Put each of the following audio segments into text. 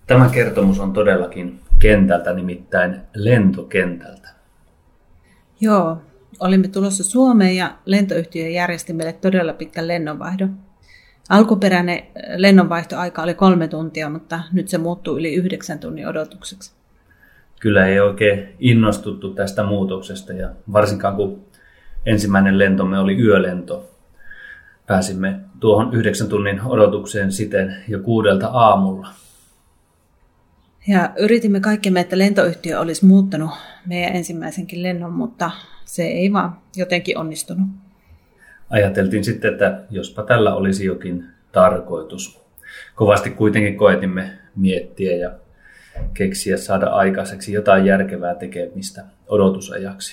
Tämä kertomus on todellakin kentältä, nimittäin lentokentältä. Joo, olimme tulossa Suomeen ja lentoyhtiö järjesti meille todella pitkän lennonvaihdon. Alkuperäinen lennonvaihtoaika oli 3 tuntia, mutta nyt se muuttuu yli 9 tunnin odotukseksi. Kyllä ei oikein innostuttu tästä muutoksesta ja varsinkaan kun ensimmäinen lentomme oli yölento. Pääsimme tuohon 9 tunnin odotukseen siten jo 6 aamulla. Ja yritimme kaikkemme, että lentoyhtiö olisi muuttanut meidän ensimmäisenkin lennon, mutta se ei vaan jotenkin onnistunut. Ajateltiin sitten, että jospa tällä olisi jokin tarkoitus. Kovasti kuitenkin koetimme miettiä ja keksiä saada aikaiseksi jotain järkevää tekemistä odotusajaksi.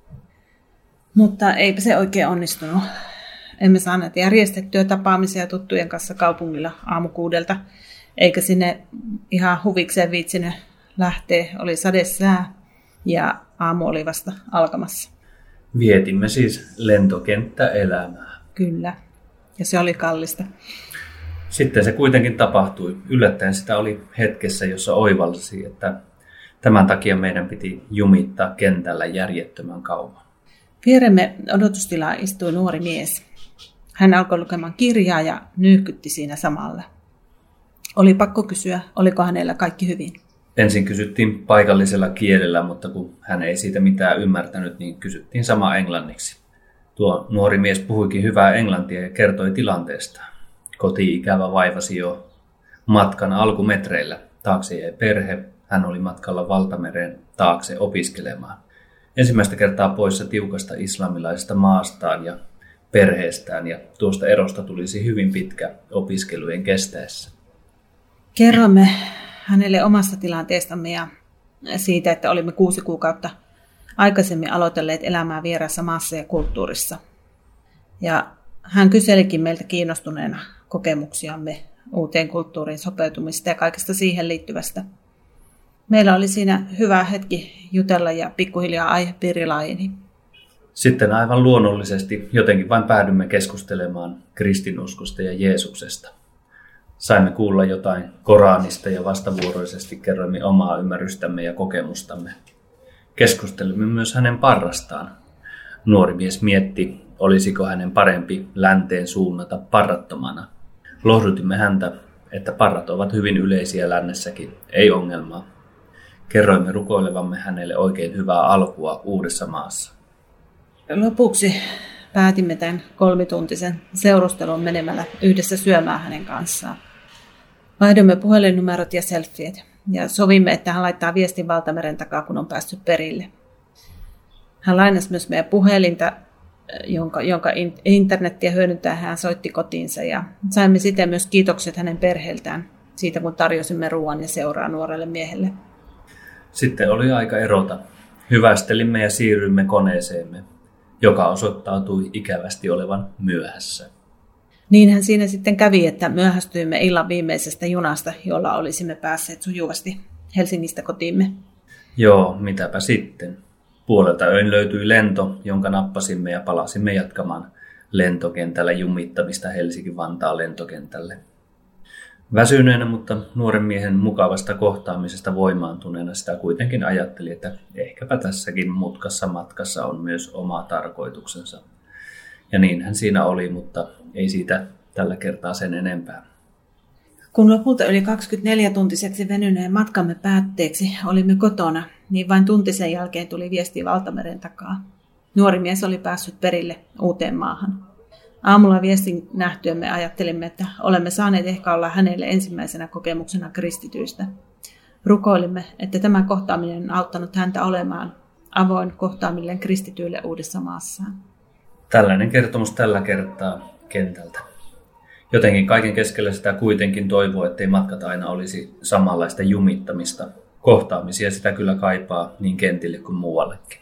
Mutta eipä se oikein onnistunut. Emme saaneet järjestettyä tapaamisia tuttujen kanssa kaupungilla aamu 6, eikä sinne ihan huvikseen viitsinyt lähteä. Oli sadesää ja aamu oli vasta alkamassa. Vietimme siis lentokenttäelämää. Kyllä, ja se oli kallista. Sitten se kuitenkin tapahtui. Yllättäen sitä oli hetkessä, jossa oivalsi, että tämän takia meidän piti jumittaa kentällä järjettömän kauan. Vieremme odotustilaa istui nuori mies. Hän alkoi lukemaan kirjaa ja nyyhkytti siinä samalla. Oli pakko kysyä, oliko hänellä kaikki hyvin. Ensin kysyttiin paikallisella kielellä, mutta kun hän ei siitä mitään ymmärtänyt, niin kysyttiin sama englanniksi. Tuo nuori mies puhuikin hyvää englantia ja kertoi tilanteestaan. Koti-ikävä vaivasi jo matkan alkumetreillä. Taakse jäi perhe. Hän oli matkalla valtameren taakse opiskelemaan. Ensimmäistä kertaa poissa tiukasta islamilaisesta maastaan ja perheestään, ja tuosta erosta tulisi hyvin pitkä opiskelujen kestäessä. Kerromme hänelle omasta tilanteestamme ja siitä, että olimme 6 kuukautta aikaisemmin aloitelleet elämää vieraassa maassa ja kulttuurissa. Ja hän kyselikin meiltä kiinnostuneena kokemuksiamme uuteen kulttuuriin sopeutumista ja kaikesta siihen liittyvästä. Meillä oli siinä hyvä hetki jutella ja pikkuhiljaa aihepiiri laajeni. Sitten aivan luonnollisesti jotenkin vain päädymme keskustelemaan kristinuskosta ja Jeesuksesta. Saimme kuulla jotain Koranista ja vastavuoroisesti kerroimme omaa ymmärrystämme ja kokemustamme. Keskustelimme myös hänen parrastaan. Nuori mies mietti, olisiko hänen parempi länteen suunnata parrattomana. Lohdutimme häntä, että parrat ovat hyvin yleisiä lännessäkin, ei ongelmaa. Kerroimme rukoilevamme hänelle oikein hyvää alkua uudessa maassa. Lopuksi päätimme tämän 3-tuntisen seurustelun menemällä yhdessä syömään hänen kanssaan. Vaihdoimme puhelinnumerot ja selfiet ja sovimme, että hän laittaa viestin valtameren takaa, kun on päässyt perille. Hän lainasi myös meidän puhelinta, jonka internettiä hyödyntäen hän soitti kotiinsa ja saimme siten myös kiitokset hänen perheeltään siitä, kun tarjosimme ruoan ja seuraa nuorelle miehelle. Sitten oli aika erota. Hyvästelimme ja siirryimme koneeseemme, joka osoittautui ikävästi olevan myöhässä. Niinhän siinä sitten kävi, että myöhästyimme illan viimeisestä junasta, jolla olisimme päässeet sujuvasti Helsingistä kotiimme. Joo, mitäpä sitten. 2:30 löytyi lento, jonka nappasimme ja palasimme jatkamaan lentokentällä jumittamista Helsinki-Vantaan lentokentälle. Väsyneenä, mutta nuoren miehen mukavasta kohtaamisesta voimaantuneena sitä kuitenkin ajatteli, että ehkäpä tässäkin mutkassa matkassa on myös oma tarkoituksensa. Ja niinhän siinä oli, mutta ei siitä tällä kertaa sen enempää. Kun lopulta yli 24-tuntiseksi venyneen matkamme päätteeksi olimme kotona, niin vain tunti sen jälkeen tuli viesti valtameren takaa. Nuori mies oli päässyt perille uuteen maahan. Aamulla viestin nähtyämme ajattelimme, että olemme saaneet ehkä olla hänelle ensimmäisenä kokemuksena kristityistä. Rukoilimme, että tämä kohtaaminen on auttanut häntä olemaan avoin kohtaamilleen kristityille uudessa maassaan. Tällainen kertomus tällä kertaa kentältä. Jotenkin kaiken keskellä sitä kuitenkin toivoo, ettei matkat aina olisi samanlaista jumittamista. Kohtaamisia sitä kyllä kaipaa niin kentille kuin muuallekin.